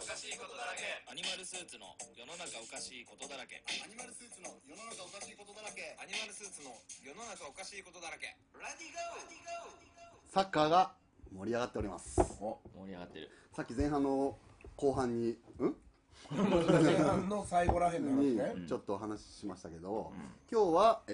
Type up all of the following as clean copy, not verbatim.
おかしいことだらけ。アニマルスーツの世の中おかしいことだらけ。 アニマルスーツの世の中おかしいことだらけ。 アニマルスーツの世の中おかしいことだらけ。 ラディゴー。サッカーが盛り上がっております。 お、盛り上がってる。 さっき前半の後半に前半の最後らへんの話ね、 ちょっとお話ししましたけど、今日は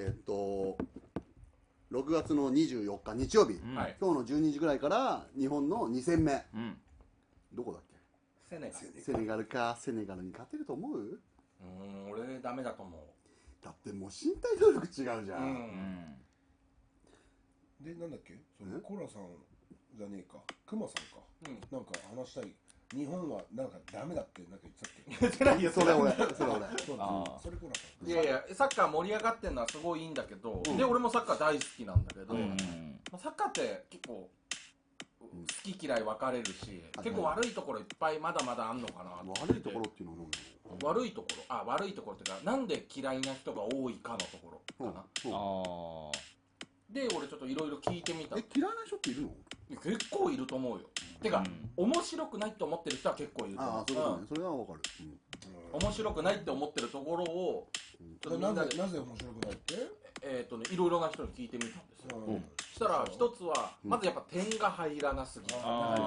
6月の24日日曜日、今日の12時ぐらいから日本の2戦目、どこだっけ？ セネガル。 セネガルか。セネガルに勝てると思う？ 俺ダメだと思う。 だってもう身体能力違うじゃん。 で、なんだっけ、そのコラさんじゃねえか、クマさんか、なんか話したい。日本はなんかダメだってなんか言ってたっけ？ 言ってないよ。 それ俺。 それコラさん。 いやいや、サッカー盛り上がってんのはすごいいいんだけど、で俺もサッカー大好きなんだけど、サッカーって結構好き嫌い分かれるし、結構悪いところいっぱいまだまだあんのかな。 悪いところっていうのは何だろう？ 悪いところっていうか、なんで嫌いな人が多いかのところかな。で俺ちょっといろいろ聞いてみた。 嫌いな人っているの？ 結構いると思うよ。てか、面白くないって思ってる人は結構いると思う。 そういうことね。それはわかる。 面白くないって思ってるところをちょっとみんなでなぜ面白くないって？ いろいろな人に聞いてみたんですよ。そしたら一つはまずやっぱ点が入らなすぎる。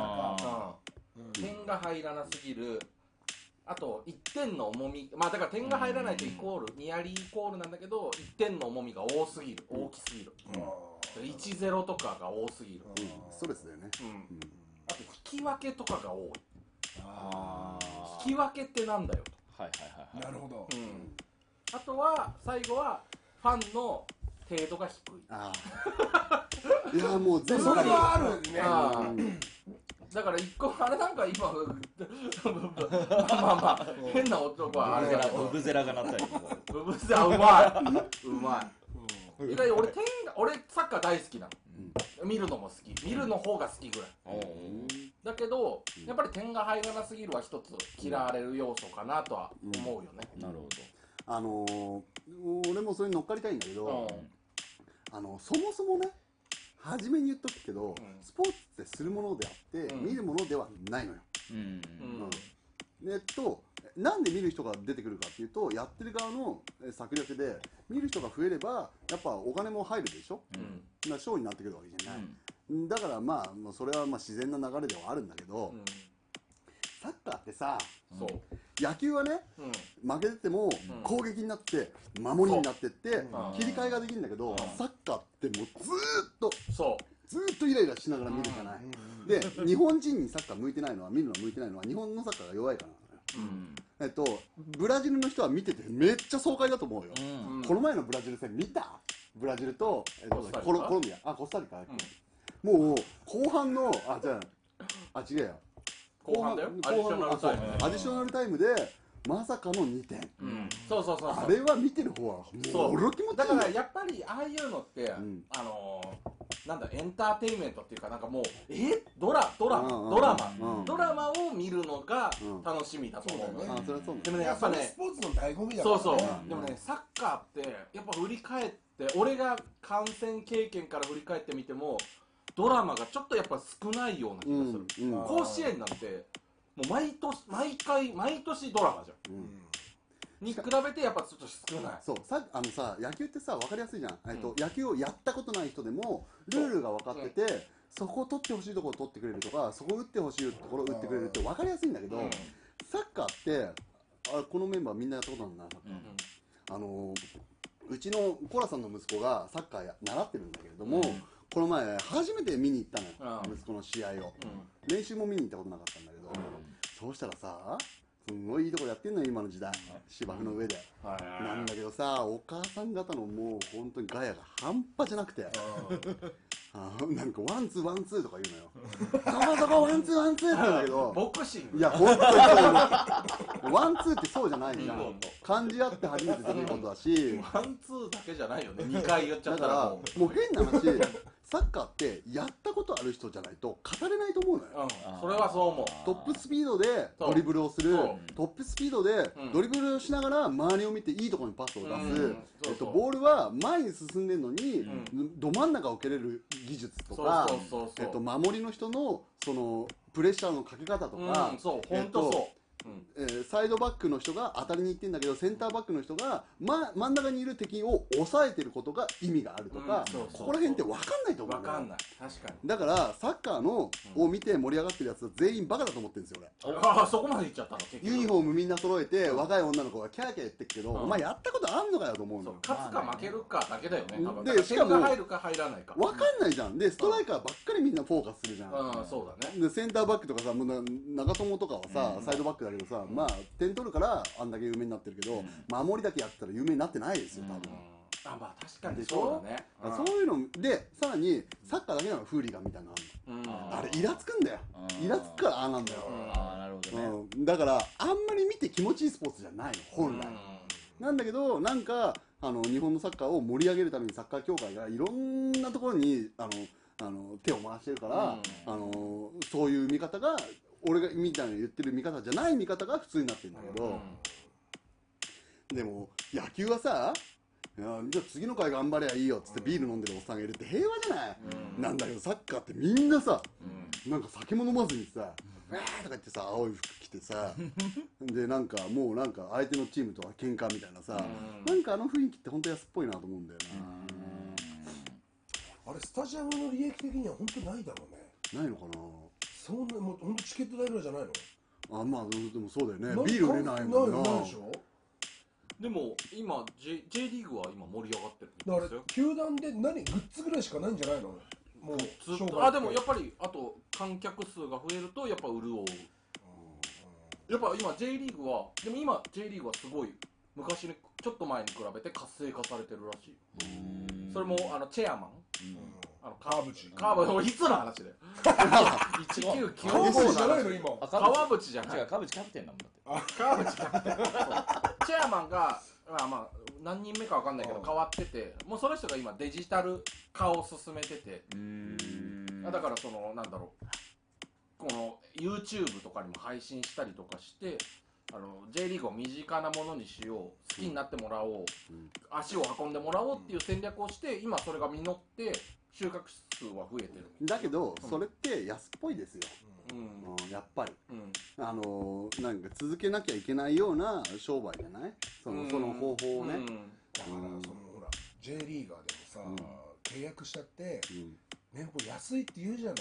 点が入らなすぎる。あと1点の重み、だから点が入らないとイコール、ニアリーイコールなんだけど、1点の重みが大きすぎる。1-0 とかが多すぎる。 ストレスだよね。 あと引き分けとかが多い。引き分けってなんだよと。 なるほど。 あとは最後はファンの程度が低い。 いやもう全部それはあるね。 だから一個あれなんか今変な男はあれだけど、 ブブゼラが鳴ったり。 ブブゼラうまい。俺サッカー大好きなの。見るのも好き。見るの方が好きぐらい。だけどやっぱり点が入らなすぎるは一つ嫌われる要素かなとは思うよね。 なるほど。俺もそれに乗っかりたいんだけど、そもそもね、初めに言っとくけど、スポーツってするものであって見るものではないのよ。なんで見る人が出てくるかっていうと、やってる側の策略で見る人が増えればやっぱお金も入るでしょ。だからショーになってくるわけじゃない。だからそれは自然な流れではあるんだけど、サッカーってさ、野球はね、負けてても攻撃になって守りになってって切り替えができるんだけど、サッカーってもうずーっとイライラしながら見るじゃない。で、日本人にサッカー向いてないのは、見るの向いてないのは日本のサッカーが弱いからなのよ。ブラジルの人は見ててめっちゃ爽快だと思うよ。この前のブラジル戦見た？ブラジルとコロンビア、コスタリカ。もう後半の違うよ。 後半だよ。アディショナルタイムでまさかの2点。あれは見てる方は驚きもだからやっぱりああいうのってなんだエンターテインメントっていうか、なんかもうドラマを見るのが楽しみだと思うのね。でもね、やっぱね、 スポーツの醍醐味だからね。 でもね、サッカーってやっぱ振り返って、俺が観戦経験から振り返ってみてもドラマがちょっとやっぱ少ないような気がする。甲子園なんてもう毎年ドラマじゃん。に比べてやっぱちょっと少ない。 野球ってさ、分かりやすいじゃん。野球をやったことない人でもルールが分かってて、そこを取ってほしいところを取ってくれるとか、そこを打ってほしいところを打ってくれるって分かりやすいんだけど、サッカーってこのメンバーみんなやったことあるな。うちのコラさんの息子がサッカー習ってるんだけれども、この前初めて見に行ったのよ、息子の試合を。練習も見に行ったことなかったんだけど、そうしたらさ、すんごいいいとこやってんのよ今の時代、芝生の上で。なんだけどさ、お母さん方のもう本当にガヤが半端じゃなくて、なんかワンツーワンツーとか言うのよ。そこワンツーワンツーって言うんだけど、 ボクシング。 いや本当にそうワンツーってそうじゃないじゃん。感じ合って初めてできることだし、 ワンツーだけじゃないよね。2回言っちゃったらもう変な話、サッカーってやったことある人じゃないと語れないと思うのよ。 それはそう思う。 トップスピードでドリブルをする、トップスピードでドリブルをしながら周りを見ていいところにパスを出す、ボールは前に進んでるのにど真ん中を蹴れる技術とか、守りの人のそのプレッシャーのかけ方とか、 本当そう。 サイドバックの人が当たりに行ってんだけどセンターバックの人が、真ん中にいる敵を抑えてることが意味があるとか、ここら辺って分かんないと思うんだよ。 分かんない、確かに。 だからサッカーのを見て盛り上がってるやつは全員バカだと思ってるんですよ俺。 ああ、そこまで行っちゃったの結局。 ユニフォームみんな揃えて若い女の子がキャーキャー言ってるけど、お前やったことあんのかよと思うのよ。 勝つか負けるかだけだよね、多分。 でしかも点が入るか入らないか分かんないじゃん。でストライカーばっかりみんなフォーカスするじゃん。 そうだね。 でセンターバックとかさ、もう長友とかはさ、サイドバックだけどさ、まあ点取るからあんだけ有名になってるけど、守りだけやってたら有名になってないですよ多分。 あ、まあ確かにでしょ。 そうだね。 そういうのでさらにサッカーだけなのフーリガンみたいなのあれイラつくんだよ。イラつくからああなんだよ。 なるほどね。 だからあんまり見て気持ちいいスポーツじゃないの本来。なんだけどなんか日本のサッカーを盛り上げるためにサッカー協会がいろんなところに手を回してるから、そういう見方が俺がみたいな言ってる見方じゃない見方が普通になってるんだけど、でも野球はさ、じゃあ次の回頑張ればいいよっつってビール飲んでるおっさんがいるって平和じゃない、なんだけどサッカーってみんなさ、なんか酒も飲まずにさとか言ってさ青い服着てさでなんかもうなんか相手のチームとは喧嘩みたいなさ、なんか雰囲気って本当安っぽいなと思うんだよな。 あれスタジアムの利益的には本当ないだろうね。 ないのかな。 そんなもう本当チケット代ぐらいじゃないの。 あ、まあでもそうだよね。ビール売れないもんな。 ないでしょ。 でも今 J リーグは今盛り上がってるだから球団でグッズぐらいしかないんじゃないの。もうずっとでもやっぱりあと観客数が増えるとやっぱ潤う。やっぱ今 J リーグはでも今 J リーグはすごい昔にちょっと前に比べて活性化されてるらしい。それもチェアマン、川淵いつの話だよ。1995 じゃないの今。 川淵じゃない。 違う、川淵キャプテンだもんだって。 川淵キャプテン。チェアマンがまあ何人目かわかんないけど変わってて、もうその人が今デジタル化を進めてて、だからなんだろう、この YouTube とかにも配信したりとかして。J リーグを身近なものにしよう、好きになってもらおう、足を運んでもらおうっていう戦略をして今それが実って収穫数は増えてる。だけどそれって安っぽいですよ、やっぱり、なんか続けなきゃいけないような商売じゃない、その方法をね、 だからほら J リーガーでもさ、契約しちゃって、年俸安いって言うじゃない、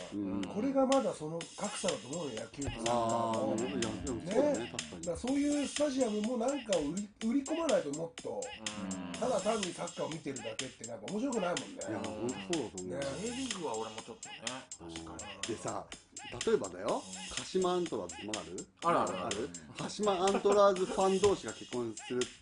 これがまだその格差だと思うよ、野球とサッカーの。そういうスタジアムもなんか売り込まないと、もっとただ単にサッカーを見てるだけってなんか面白くないもんね。 いや本当そうだと思う。 J リーグは俺もちょっとね、確かに。 でさ、例えばだよ、鹿島アントラーズってあるある鹿島アントラーズファン同士が結婚するって、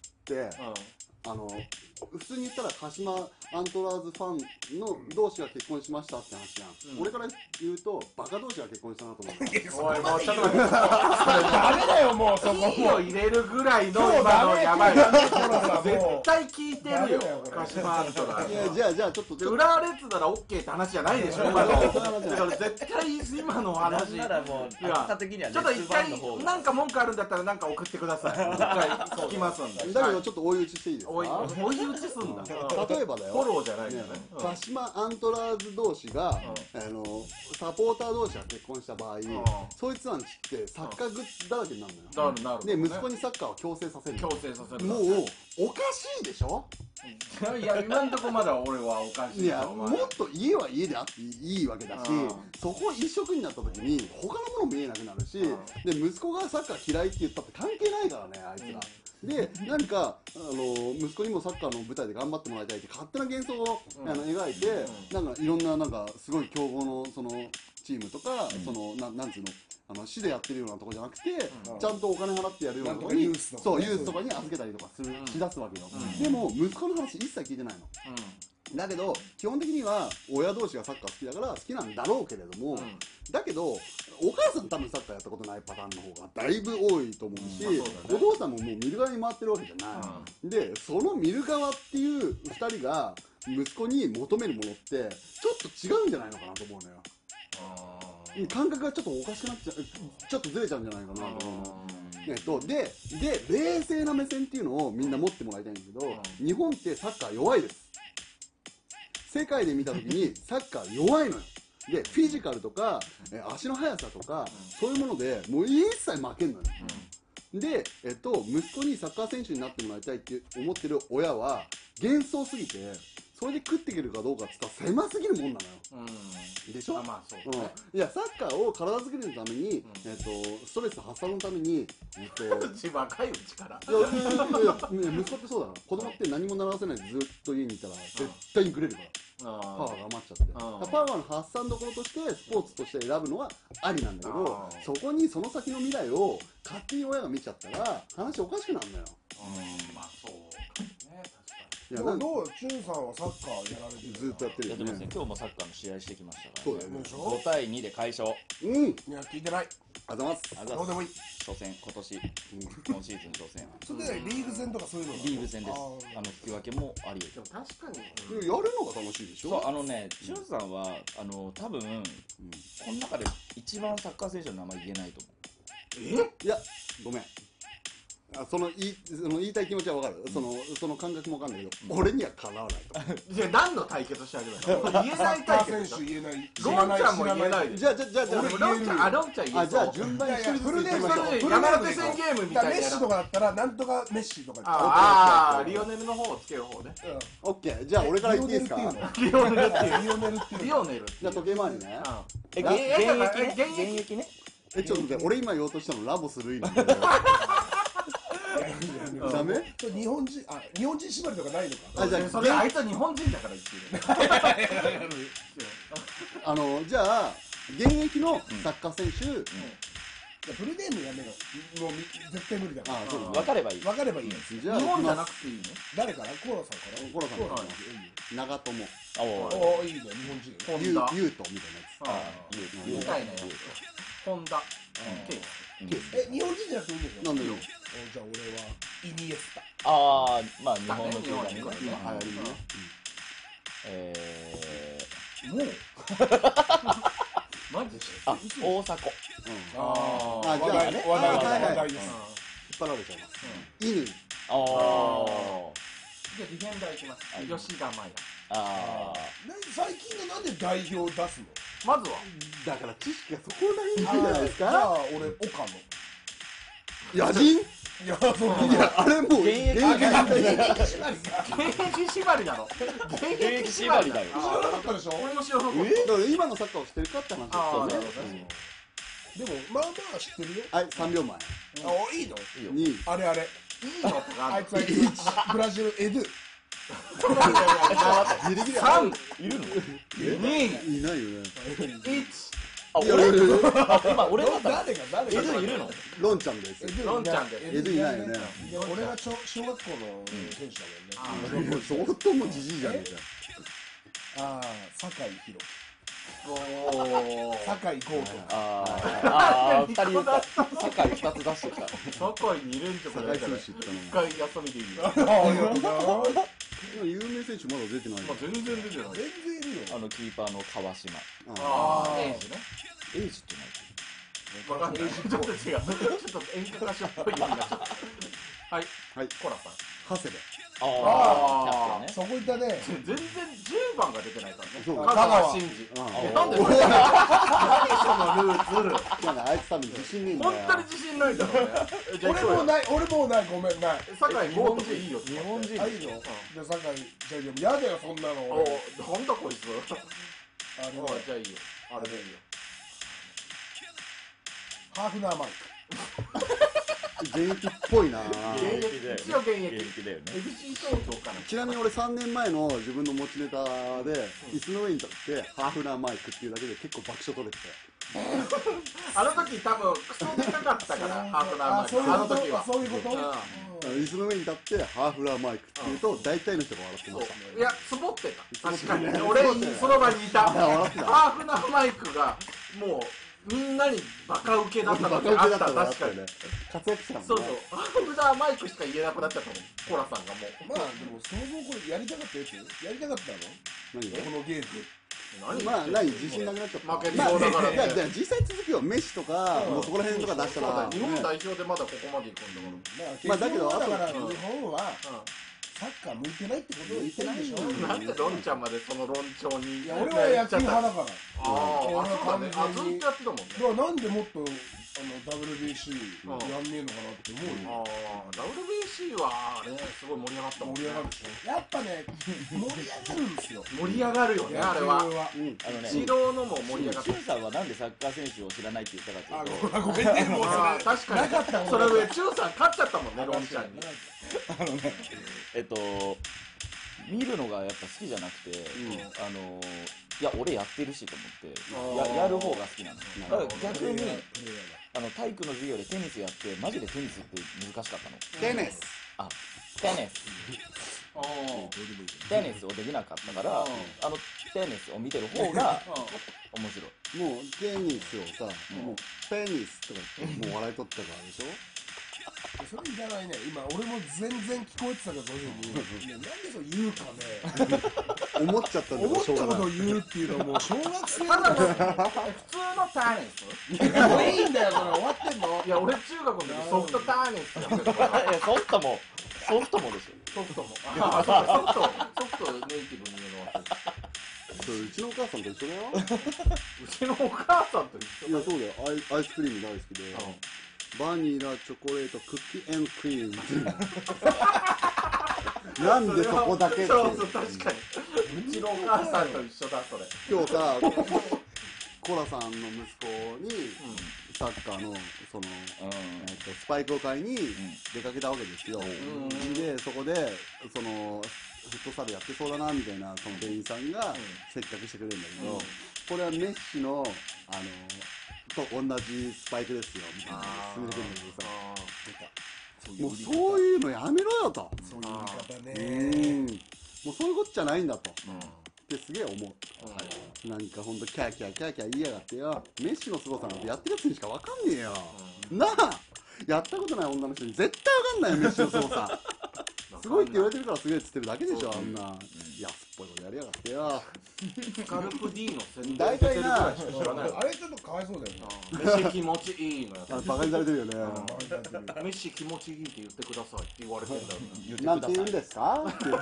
普通に言ったら鹿島アントラーズファンの同士が結婚しましたって話じゃん、俺から言うとバカ同士が結婚したなと思っておいもうちょっと待って、 ダメだよもうそこも入れるぐらいの今のやばい、絶対聞いてるよ鹿島アントラーズ。 じゃあちょっと浦和レッズなら OK って話じゃないでしょ今の。だから絶対今の話ならもうちょっと一回なんか文句あるんだったらなんか送ってください。一回聞きますんで。 だけどちょっと追い打ちしていいですか。 追い打ちすんだ。 例えばだよ、 フォローじゃないよね。 鹿島アントラーズ同士がサポーター同士が結婚した場合、そいつらのちってサッカーグッズだらけになるのよ。で息子にサッカーを強制させる。もうおかしいでしょ。 いや今んとこまだ俺はおかしい。 いやもっと家は家であっていいわけだし、そこ一色になった時に他のもの見えなくなるし、で息子がサッカー嫌いって言ったって関係ないからねあいつら。で何か息子にもサッカーの舞台で頑張ってもらいたいって勝手な幻想を描いて、なんかいろんななんかすごい強豪のそのチームとか、なんつうの市でやってるようなとこじゃなくて、ちゃんとお金払ってやるようなとこに、そうユースとかに預けたりとかしだすわけよ。でも息子の話一切聞いてないの。だけど基本的には親同士がサッカー好きだから好きなんだろうけれども、だけどお母さん多分サッカーやったことないパターンの方がだいぶ多いと思うし、お父さんももう見る側に回ってるわけじゃない、でその見る側っていう2人が息子に求めるものってちょっと違うんじゃないのかなと思うのよ。感覚がちょっとおかしくなっちゃう、ちょっとずれちゃうんじゃないかなと思うの。で冷静な目線っていうのをみんな持ってもらいたいんだけど、日本ってサッカー弱いです。世界で見た時にサッカー弱いのよ。でフィジカルとか足の速さとかそういうものでもう一切負けんのよ。 で、息子にサッカー選手になってもらいたいって思ってる親は幻想すぎて、それで食っていけるかどうかって言ったら狭すぎるもんなのよ。でしょ。 まあそうだね。 いや、サッカーを体作りのために、ストレス発散のために、 若いうちから。 いや息子ってそうだな。子供って何も習わせないでずっと家にいたら絶対にくれるから。パワーが余っちゃって。パワーの発散どころとしてスポーツとして選ぶのはありなんだけど、そこにその先の未来を勝手に親が見ちゃったら話おかしくなるんだよ。 まあそうかね、確かに。 いや、 どうチュンさんはサッカーやられてる？ ずっとやってるよやってますね。 ね。 今日もサッカーの試合してきましたから。 そうだよね。 5対2で快勝。 うん。 いや、聞いてない。 ありがとうございます。 どうでもいい。 初戦、今年、今シーズン初戦。 それでリーグ戦とかそういうの？ リーグ戦です。引き分けもあり得る。 でも確かに。 やるのが楽しいでしょ。 そう、しゅんさんは、多分、この中で一番サッカー選手の名前言えないと思う。 いや、ごめん。その言いたい気持ちはわかる。その感覚もわかんないけど、俺にはかなわないと。 じゃあ何の対決してあげるの？言えない対決。 選手言えない。 ロンちゃんも言えないで。 じゃあ、 ロンちゃん、ロンちゃん言えそう。 じゃあ順番に一人ずつフルネーム言ってみましょう。 山手線ゲームみたいな。 メッシとかだったら、なんとかメッシとか。 ああ、リオネルの方をつける方ね。 オッケー。じゃあ俺から言っていいですか。 リオネルっていう。 リオネルっていう。 リオネル。 じゃあ時計回りね。 現役ね。 ちょっと待って、俺今言おうとしたのラボスルイなんだけど。ダメ？ 日本人縛りとかないのか。 じゃあそれあいつは日本人だから言ってる。 じゃあ現役のサッカー選手。 フルネームやめろ。もう絶対無理だから。 分かればいい。 分かればいい。 じゃあ日本じゃなくていいの？ 誰から？コーラさんから？ コーラさんから長友。 おお、いいね、日本人。 ユートみたいなやつ。みたいなやつ。本田。 日本人じゃなくていいんでしょ？ なんでよ。 じゃあ俺はイニエスタ。 まあ日本の球団ね。 流行りね。 もうマジで？ 大迫。 じゃあ話題です。 引っ張られちゃいます。犬。 じゃあディフェンダーいきます。吉田麻也。 最近のなんで代表を出すの？ まずはだから知識がそこら辺じゃないですじゃか。 あ俺岡野。 野人？ いや、 あれもう現役縛りなの？現役縛りだよ。 知らなかったでしょ？ 俺も知らなかった。 だから今のサッカーをしてるかって話ですよね。 でもまあまあ知ってるよ。 はい、3秒前。 いいの 2。 あれ。 いいのってあいつブラジルエドゥ。 ギリギリ 3 いるのいないよね。 1。 今俺だったら誰がエドいるの？ ロンちゃんです。 ロンちゃんです。 エドいないよね。 俺が小学校の選手だもんね。 相当もじじいじゃねえか。 ああ、酒井宏おー。 酒井豪と 2人言った酒井2つ出してきた。 酒井にいるんじゃないから一回休みでいいよ。 有名選手まだ出てない。 全然出てない。 全然いるよ。 キーパーの川島。 エイジね。 エイジってわかんない。ちょっと違う。ちょっと演歌歌手っぽいようになっちゃった。はい。コラさん。 長谷部。 キャプテンね。 そこいたね。 全然10番が出てないからね。 そう香川真司。なんでそれ？何そのルーツ？ あいつ多分自信ねえんだよ。 本当に自信ないんだろうね。 俺もない、ごめん、ない。 酒井豪とかいいよ。 日本人。 いいの？じゃあ酒井、じゃあやだよ、そんなの。 なんだこいつ。じゃあいいよ。あれでいいよ。 ハーフナーマイ現役っぽいな。 一応現役だよね。 FC 東京かな。 ちなみに俺3年前の自分の持ちネタで椅子の上に立ってハーフナーマイクっていうだけで結構爆笑取れてあの時多分クソでかかったからハーフナーマイク。あの時はそういうこと？ 椅子の上に立ってハーフナーマイクっていうと大体の人が笑ってました。 いや、つぼってた。確かに。俺、その場にいた。ハーフナーマイクがもうみんなにバカウケだったのがあった。確かに。 活躍したもんね。 そうそう。ハーフナーマイクしか言えなくなっちゃったもん。コラさんがもう。 まあでもそもそもこれやりたかったやつ？やりたかったの？ 何が？ このゲーム。 自信なくなっちゃった。 負けそうだからね。 実際続きはメッシとかもうそこら辺とか出したら日本代表でまだここまで行くんだから。 まあだけどだから日本はサッカー向いてないってことを言ってないでしょ。 なんでロンちゃんまでその論調に。 いや俺は野球派だから。 俺は完全にずっとやってたもんね。 だからなんでもっと WBC やんねえのかなって思うよ。 WBC はねすごい盛り上がったもんね。 盛り上がるでしょ。やっぱね盛り上がるんですよ。 盛り上がるよねあれは。イチローのも盛り上がった。 チュンさんはなんでサッカー選手を知らないって言ったかというと、 ごめんね、もう確かになかったもん。 それでチュンさん勝っちゃったもんね、ロンちゃんに。 見るのがやっぱ好きじゃなくて、いや俺やってるしと思ってやる方が好きなの。だから逆に体育の授業でテニスやってマジでテニスって難しかったの。 テニステニスをできなかったからテニスを見てる方が面白い。 もうテニスをさ、もうペニスとか言ってもう笑い取ったからでしょ。 それいらないね。今俺も全然聞こえてたけど、そういうふうになんでそう言うかね思っちゃったんだ思ったことをう言うっていうのはもう小学生ただのだ普通のタニス。 もういいんだよ、それ終わってんの。 いや俺中学の時ソフトタニスやってたから。 いやソフトもでしょ。 ソフトも。あそうかソフトネイティブに言うのは。 それうちのお母さんと一緒だよ。 うちのお母さんと一緒。 いやそうだよ、アイスクリーム大好きで、バニラチョコレートクッキークリームっていうなんでそこだけっていう。 そう確かにうちのお母さんと一緒だそれ。 今日さコラさんの息子にサッカーのその、スパイクを買いに出かけたわけですよ。でそこでそのフットサルやってそうだなみたいなその店員さんが接客してくれるんだけど、これはメッシのと同じスパイクですよみたいな勧めてくるんだけどさ、もうそういうのやめろよと。 そういう言い方ね。 もうそういうことじゃないんだと。ってすげえ思う。なんかほんとキャーキャー言いやがってよ。メッシの凄さなんてやってるやつにしかわかんねえよ。なあ、やったことない女の人に絶対わかんないよ、メッシの凄さ。すごいって言われてるからすげえっつってるだけでしょ、あんな安っぽいことやりやがってよ。 スカルプ D の宣伝大体なしてるぐらいしか知らない。 あれちょっとかわいそうだよね。 メッシ気持ちいいのやつ。 バカにされてるよね。 メッシ気持ちいいって言ってくださいって言われてんだよね。 なんて言うんですかって言って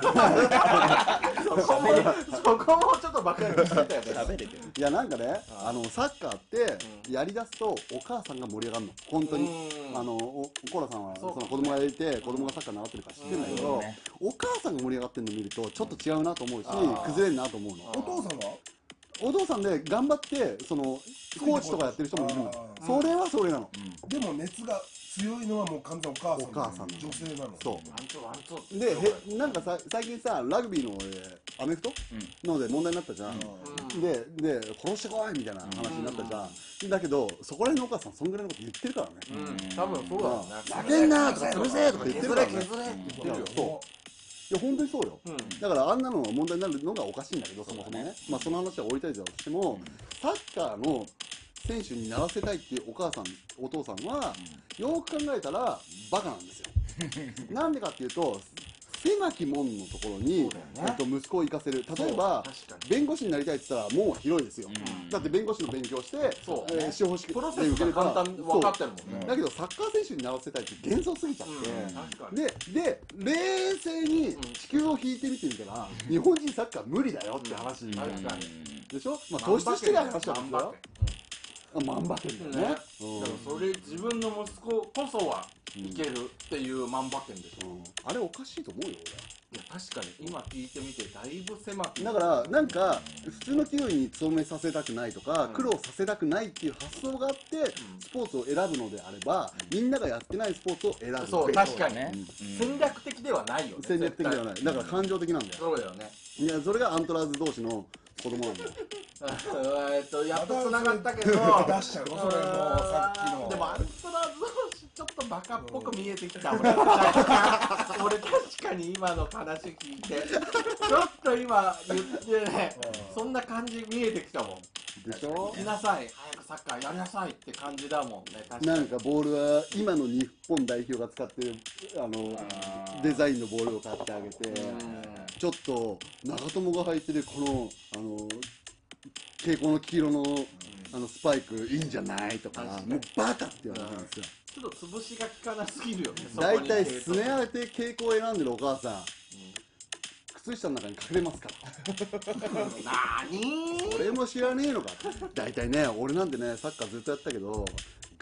そこもちょっとバカにしてたよね。 喋れてる。 いやなんかね、サッカーってやりだすとお母さんが盛り上がるの、本当に。コラさんはその子供がいて子供がサッカー習ってるから知ってるんだけど、お母さんが盛り上がってるの見るとちょっと違うなと思うし、崩れるなと思うの。 お父さんはお父さんで頑張ってそのコーチとかやってる人もいるの。それはそれなの。 でも熱が強いのはもう完全お母さんの女性なの。 そうワンツーワンツーでなんか最近さラグビーのアメフトので問題になったじゃん。で殺してこいみたいな話になったじゃん。だけどそこら辺のお母さんそんぐらいのこと言ってるからね。 多分そうだろうね。 負けんなとか潰せとか言ってるからね。 削れって言ってるよ。 そういや本当にそうよ。だからあんなの問題になるのがおかしいんだけど、そもそもね、まあその話は置いたりだとしても、サッカーの選手にならせたいっていうお母さんお父さんはよく考えたらバカなんですよ。なんでかっていうと狭き門のところに、息子を行かせる。例えば弁護士になりたいって言ったら門は広いですよ。だって弁護士の勉強して司法試験プロセスが簡単分かってるもんね。 だけどサッカー選手にならせたいって幻想すぎちゃってで冷静に地球を引いてみてみたら日本人サッカー無理だよって話でしょ。まあ突出してる話なんだよ。万馬券だよね。だからそれ自分の息子こそはいけるっていう万馬券でしょ。 あれおかしいと思うよいや確かに今聞いてみてだいぶ狭く。 だからなんか普通の企業に勤めさせたくないとか苦労させたくないっていう発想があってスポーツを選ぶのであればみんながやってないスポーツを選ぶ。 そう確かにね。戦略的ではないよね。 戦略的ではない。だから感情的なんだよ。 そうだよね。 いやそれがアントラーズ同士の子供なんだよ。 やっと繋がったけど出しちゃうのそれもさっきの。 でもアントラーズ同士ちょっとバカっぽく見えてきた。俺確かに今の話聞いてちょっと今言ってねそんな感じ見えてきたもん。 でしょ。 行きなさい早くサッカーやりなさいって感じだもんね。確かになんかボールは今の日本代表が使ってるデザインのボールを買ってあげてちょっと長友が履いてるこの蛍光の黄色のスパイクいいんじゃないとかもうバカって言われたんですよ。 ちょっと潰しが効かなすぎるよね。 だいたいすね当て蛍光を選んでるお母さん靴下の中に隠れますからなーにー俺も知らねえのか。だいたいね俺なんてねサッカーずっとやったけど合宿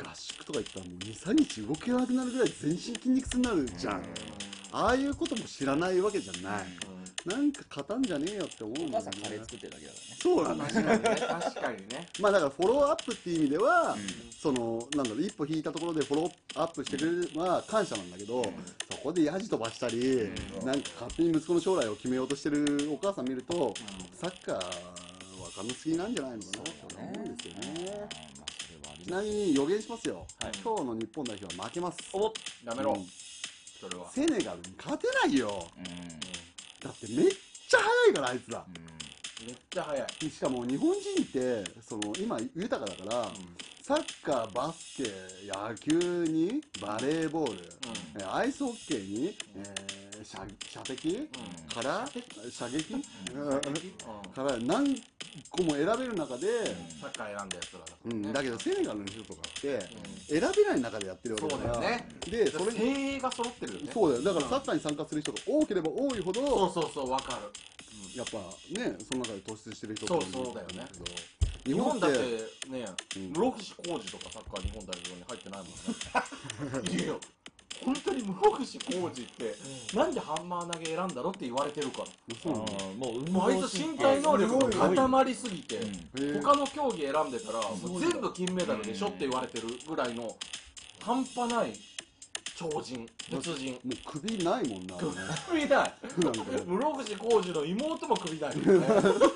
とか言ったらもう2、3日動けなくなるぐらい全身筋肉痛になるじゃん。ああいうことも知らないわけじゃない。なんか勝たんじゃねえよって思うんだよね。 お母さんカレー作ってるだけだからね。 そうなんだ確かにね、確かにね。 まあだからフォローアップっていう意味では、そのなんだろう、一歩引いたところでフォローアップしてくれるのは感謝なんだけど、そこでヤジ飛ばしたり、なんか勝手に息子の将来を決めようとしてるお母さん見ると、サッカーわかんなすぎなんじゃないのかなと思うんですよね。ちなみに予言しますよ、今日の日本代表は負けます。 お、やめろ、それは。 セネガルに勝てないよ。だってめっちゃ速いからあいつら。 めっちゃ速い。 しかも日本人ってその今豊かだから、サッカー、バスケ、野球にバレーボール、アイスホッケーに、射的、から射撃、から何個も選べる中で、 サッカー選んだやつらだからね。 だけどセネガルの人とかって選べない中でやってるわけだから、 そうだよね。 でそれ精鋭が揃ってるよね。 そうだよ。だからサッカーに参加する人が多ければ多いほど、 そうわかる。 やっぱね、その中で突出してる人そうだよね。 日本だってね、室伏浩二とかサッカー日本代表に入ってないもんね。いやいや、本当に室伏浩二ってなんでハンマー投げ選んだろって言われてるから。もうあいつ身体能力が固まりすぎて、他の競技選んでたらもう全部金メダルでしょって言われてるぐらいの半端ない超人、別人。 もう首ないもんな。 首ない。室伏浩二の妹も首ないもんね。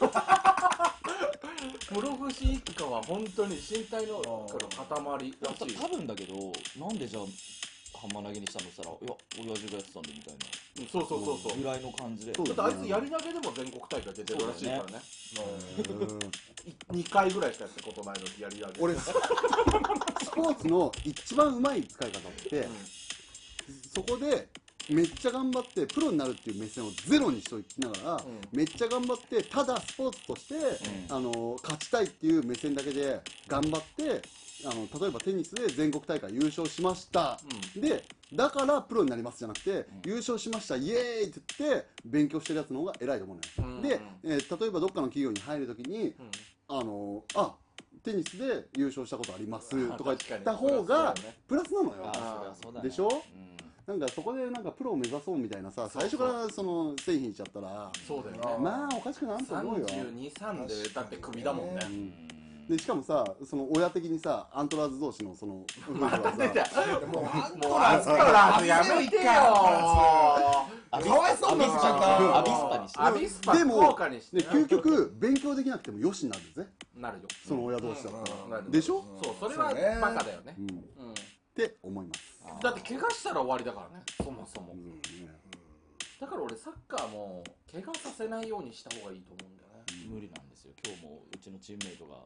室伏一家は本当に身体能力の塊らしい。 多分だけど、なんでじゃあハンマー投げにしたのしたら、いや親父がやってたんでみたいな。 そうぐらいの感じで。 だってあいつやり投げでも全国大会出てるらしいからね。2回ぐらいしかやったことないのにやり投げ。 俺スポーツの一番うまい使い方って、そこでめっちゃ頑張ってプロになるっていう目線をゼロにしときながら、めっちゃ頑張ってただスポーツとして、勝ちたいっていう目線だけで頑張って、例えばテニスで全国大会優勝しました、でだからプロになりますじゃなくて、優勝しましたイエーイって言って勉強してるやつの方が偉いと思うのよ、で、例えばどっかの企業に入るときに、テニスで優勝したことありますとか言った方がプラスなのよ。でしょ、なんかそこでなんかプロを目指そうみたいなさ、最初からその線引いちゃったら、 そうだよね。 まあおかしくなると思うよ。 32、3でだって首だもんね。 でしかもさ、その親的にさ、アントラーズ同士のそのまた出た。もうアントラーズやめてよ。 かわいそうになっちゃったアビスパにして。 アビスパでも福岡にして。 究極勉強できなくてもよしになるぜ。 なるよ。 その親同士だったら。 なるでしょ？ そう、それはバカだよね。 って思います。 だって怪我したら終わりだからね、そもそも。だから俺サッカーも怪我させないようにした方がいいと思うんだよね。 無理なんですよ。今日もうちのチームメイトが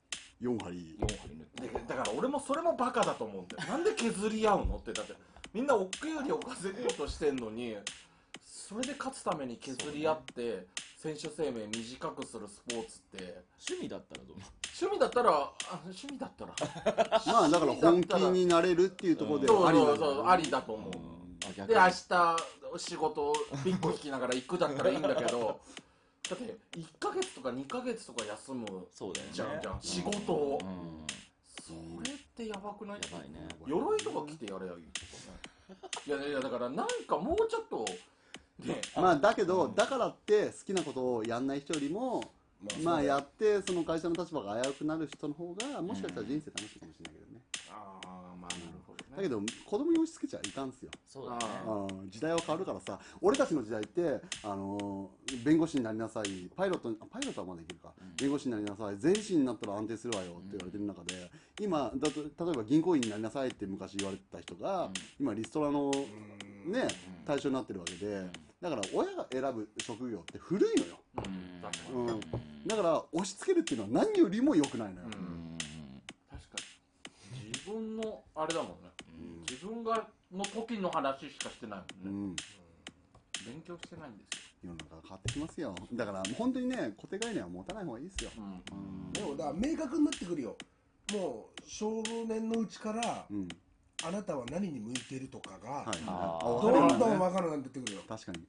4針 4針塗って。 だから俺もそれもバカだと思うんだよ。なんで削り合うのって。だってみんなお給料稼ごうとしてんのに、それで勝つために削り合って選手生命短くするスポーツって趣味だったらどう？ 趣味だったらまあだから本気になれるっていうところでありなんだよね。 ありだと思う。で明日仕事ビッグ引きながら行くだったらいいんだけど、だって1ヶ月とか2ヶ月とか休むじゃん仕事を。それってやばくない？ やばいね。 鎧とか着てやればいいとかね。いやだからなんかもうちょっとね。 まあだけど、だからって好きなことをやんない人よりも、まあやってその会社の立場が危うくなる人の方がもしかしたら人生楽しいかもしれないけどね。 ああ、まあなるほどね。 だけど子供に押し付けちゃいかんすよ。 そうだね。 時代は変わるからさ、俺たちの時代って弁護士になりなさい、パイロットはまだいけるか、弁護士になりなさい、税理士になったら安定するわよって言われてる中で、今例えば銀行員になりなさいって昔言われてた人が、今リストラのね対象になってるわけで、だから親が選ぶ職業って古いのよ。だから押し付けるっていうのは何よりも良くないのよ。 確かに自分のあれだもんね。自分がの時の話しかしてないもんね。勉強してないんですよ。 世の中が変わってきますよ。だから本当にね、固定概念は持たない方がいいですよ。 でもだから明確になってくるよ。もう少年のうちからあなたは何に向いてるとかがどんどん分かるようになってくるよ。 確かに。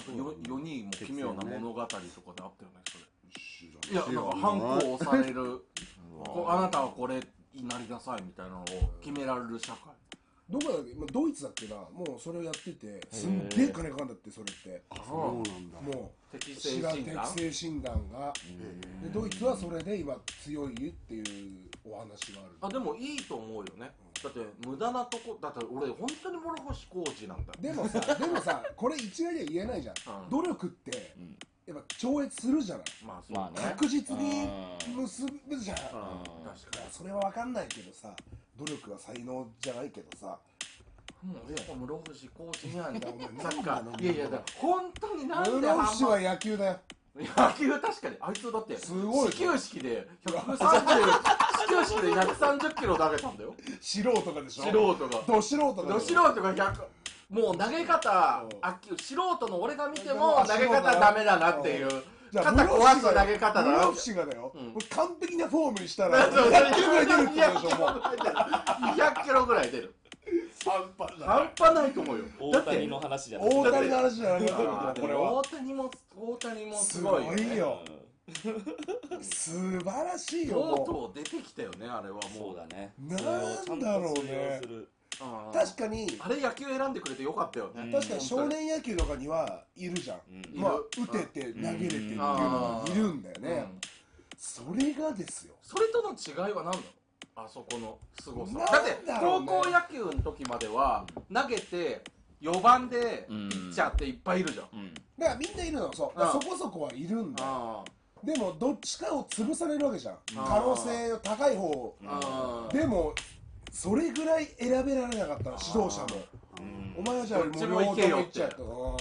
4人も奇妙な物語とかであったよね、それ。いや、なんかハンコを押される。あなたはこれなりなさいみたいなのを決められる社会。 どこだっけ、ドイツだっけな、もうそれをやってて、すんげえ金かかんだって、それって。 そうなんだ。 もう適正診断。 適正診断が。で、ドイツはそれで今強いっていうお話がある。 でもいいと思うよね。だって無駄なとこ、だって俺本当に諸星コーチなんだよ。 でもさ、これ一概には言えないじゃん。努力って、やっぱ超越するじゃない。 まあそうね。 確実に結ぶじゃん。 確かに。 それは分かんないけどさ、努力は才能じゃないけどさ。 もうやっぱ室伏コーチにはサッカー。いやいや、だから本当になんで室伏は野球だよ。 野球確かに、あいつだってすごい始球式で130キロ投げたんだよ。 素人がでしょ。 素人がど素人が 100、もう投げ方、素人の俺が見ても投げ方ダメだなっていう、肩壊す投げ方だな。 室伏がだよ、完璧なフォームにしたら200キロぐらい出るってことでしょ。もう 200キロぐらい出る。半端ないと思うよ。 大谷の話じゃない。 大谷の話じゃなくて、これは大谷もすごいよ。素晴らしいよ。 とうとう出てきたよね、あれはもう。 そうだね。 なんだろうね。確かにあれ野球選んでくれてよかったよね。 確かに少年野球とかにはいるじゃん。まあ打てて投げれてっていうのがいるんだよね。それがですよ。 それとの違いは何だろう、あそこの凄さ。だって高校野球の時までは投げて4番でピッチャーっていっぱいいるじゃん。 だからみんないるの。そこそこはいるんだよ。でもどっちかを潰されるわけじゃん。可能性の高い方でもそれぐらい選べられなかったの、指導者も。お前はじゃあもう両方ともいっちゃうと。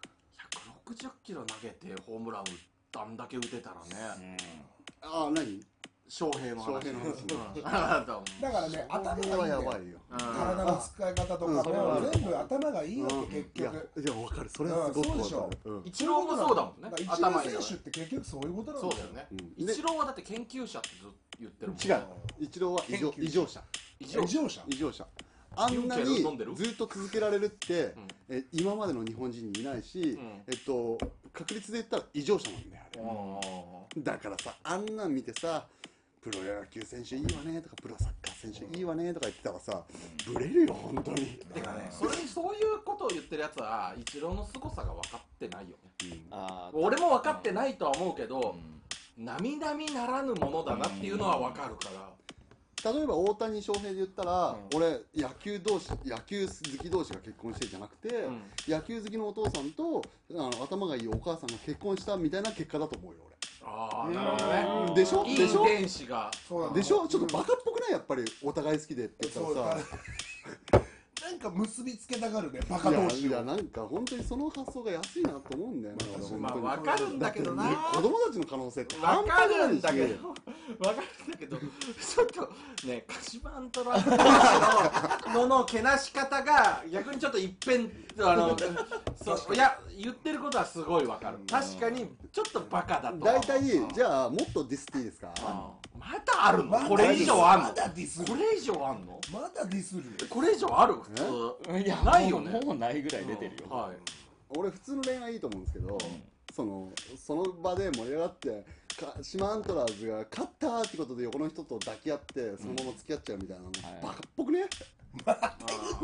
160キロ投げてホームランあんだけ打てたらね。 何翔平の話。 だからね、頭がいいんだよ。 やばいよ。 体の使い方とかも全部頭がいいわけ、結局。 いや、わかる。それはすごくわかる。 イチローもそうだもんね。 頭いい選手って結局そういうことなんだよ。 そうだよね。イチローはだって研究者ってずっと言ってるもん。 違う。イチローは異常者。異常者。あんなにずっと続けられるって今までの日本人にいないし、確率で言ったら異常者なんだよ、あれ。だからさ、あんなん見てさ、プロ野球選手いいわねとか、プロサッカー選手いいわねとか言ってたらさ、ブレるよ、本当に。 てかね、そういうことを言ってるやつは、イチローの凄さが分かってないよね。俺も分かってないとは思うけど、並々ならぬものだなっていうのは分かるから。 例えば大谷翔平で言ったら、俺野球好き同士が結婚してじゃなくて、野球好きのお父さんと頭がいいお母さんが結婚したみたいな結果だと思うよ、俺。 ああ、なるほどね。 でしょいい遺伝子が。 でしょ。ちょっとバカっぽくない、やっぱりお互い好きでって言ったらさ。 なんか結びつけたがるね、バカ同士。 いや、なんか本当にその発想が安いなと思うんだよね。 まあ分かるんだけどな。 子供たちの可能性って分かるんだけど、ちょっとね、鹿島アントラーズのけなし方が逆にちょっと一変、いや言ってることはすごい分かる。確かにちょっとバカだと。 大体じゃあもっとディスっていいですか。 まだあるの？これ以上あんの？ まだディスる。 これ以上あんの？ まだディスる。 これ以上ある？普通。いやないよね。 もうないぐらい出てるよ。 俺普通の恋愛いいと思うんですけど、その場で盛り上がって鹿島アントラーズが勝ったってことで横の人と抱き合ってそのまま付き合っちゃうみたいなの、バカっぽくね？バカっ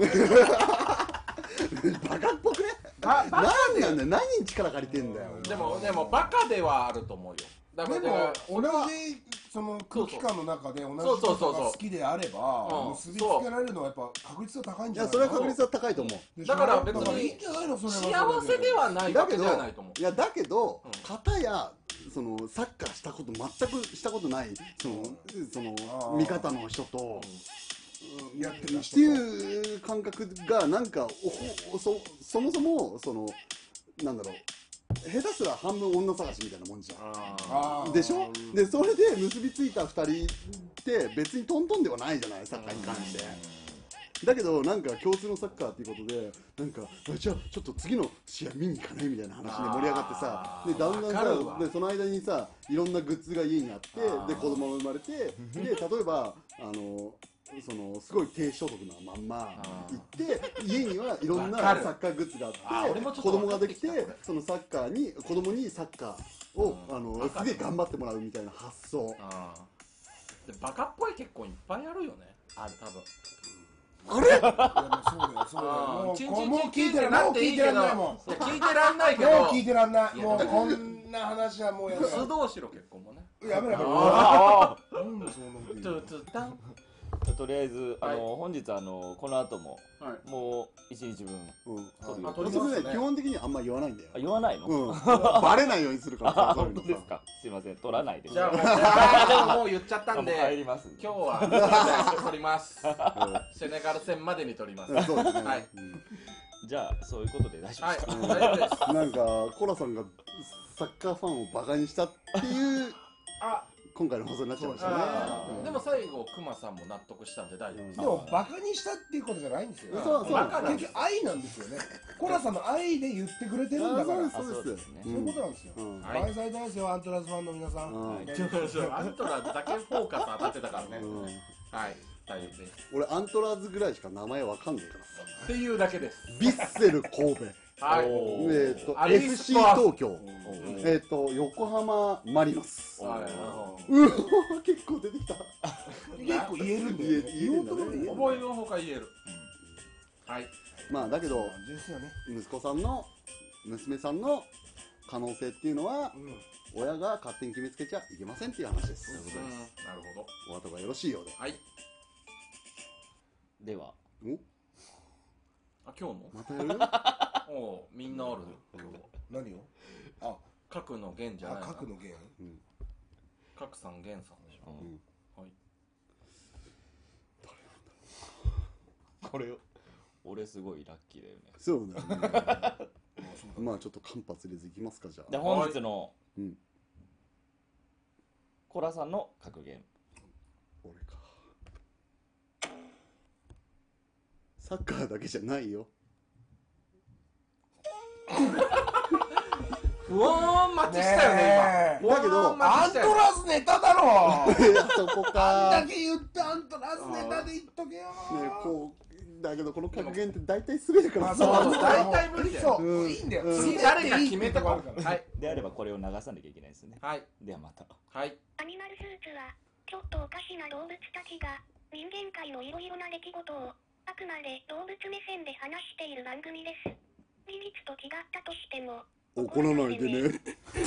ぽくね？なんなんだよ、何に力借りてんだよ。 でもバカではあると思うよ。 でも同じその空気感の中で同じ人が好きであれば結びつけられるのはやっぱ確率が高いんじゃないかな。 いや、それは確率は高いと思う。 だから別に幸せではないわけじゃないと思う。 いや、だけど片やそのサッカーしたこと全くしたことないその味方の人とやってる人っていう感覚がなんかそもそもそのなんだろう、下手すら半分女探しみたいなもんじゃん。でしょ。でそれで結びついた2人って別にトントンではないじゃない、サッカーに関して。だけどなんか共通のサッカーっていうことでなんかじゃあちょっと次の試合見に行かないみたいな話で盛り上がってさ、でだんだんさ、でその間にさいろんなグッズが家にあって、で子供が生まれて、で例えばそのすごい低所得なまんま行って家にはいろんなサッカーグッズがあって子供ができて、そのサッカーに子供にサッカーをすげえ頑張ってもらうみたいな発想ってバカっぽい結婚いっぱいあるよね。多分。 あれ？いやもうそうだよそうだよ。もう聞いてらんない。もう聞いてらんないもん。 聞いてらんないけど。 もう聞いてらんない。もうこんな話はもうやめろ。 須藤しろ結婚もね。 やめろ。なんでそんなこと言うの？ とりあえず本日この後ももう1日分俺それね基本的にあんま言わないんだよ。 言わないの？ バレないようにするからさ。 本当ですか？すいません、取らないで。 じゃあもう言っちゃったんで帰ります。 今日は取ります。セネガル戦までに取ります。 そうですね。 はい。 じゃあそういうことで大丈夫ですか？ 大丈夫です。 なんかコラさんがサッカーファンをバカにしたっていう今回の放送になっちゃいましたね。 でも最後クマさんも納得したんで大丈夫です。 でもバカにしたっていうことじゃないんですよ。 そうバカなんです。 結局愛なんですよね。コラさんの愛で言ってくれてるんだから。 そうですね。 そういうことなんですよ。バカにされてないですよ、アントラーズファンの皆さん。 アントラーズだけフォーカス当たってたからね。はい、大丈夫です。 俺アントラーズぐらいしか名前わかんないからさ。 っていうだけです。 ヴィッセル神戸。 はい。 FC 東京。横浜マリノス。結構出てきた。 結構言えるんだよ。 言えるんだね。 覚えのほか言える。はい。 まあだけど息子さんの娘さんの可能性っていうのは親が勝手に決めつけちゃいけませんっていう話です。 なるほど。 お後がよろしいようで。 はい。 では。 あ、今日の？ またやる？ おみんなある。 何を？ 角の源じゃない。 角の源？ 角さん源さんでしょ。はい。 これ俺すごいラッキーだよね。 そうだね。まあちょっと間髪入れずいきますかじゃあ。 で本日のコラさんの格言。 俺か。サッカーだけじゃないよ。 不安待ちしたよね今。 だけどアントラーズネタだろ。 そこあんか。 だけ言ってアントラーズネタで言っとけよ。 こうだけどこの格言って大体滑るからさ。 大体無理だよ。 そういいんだよ。 次誰か決めとこう。はい。 であればこれを流さなきゃいけないですね。 はい。 ではまた。 はい。 アニマルスーツはちょっとおかしな動物たちが人間界のいろいろな出来事をあくまで動物目線で話している番組です。事実と違ったとしても怒らないでね。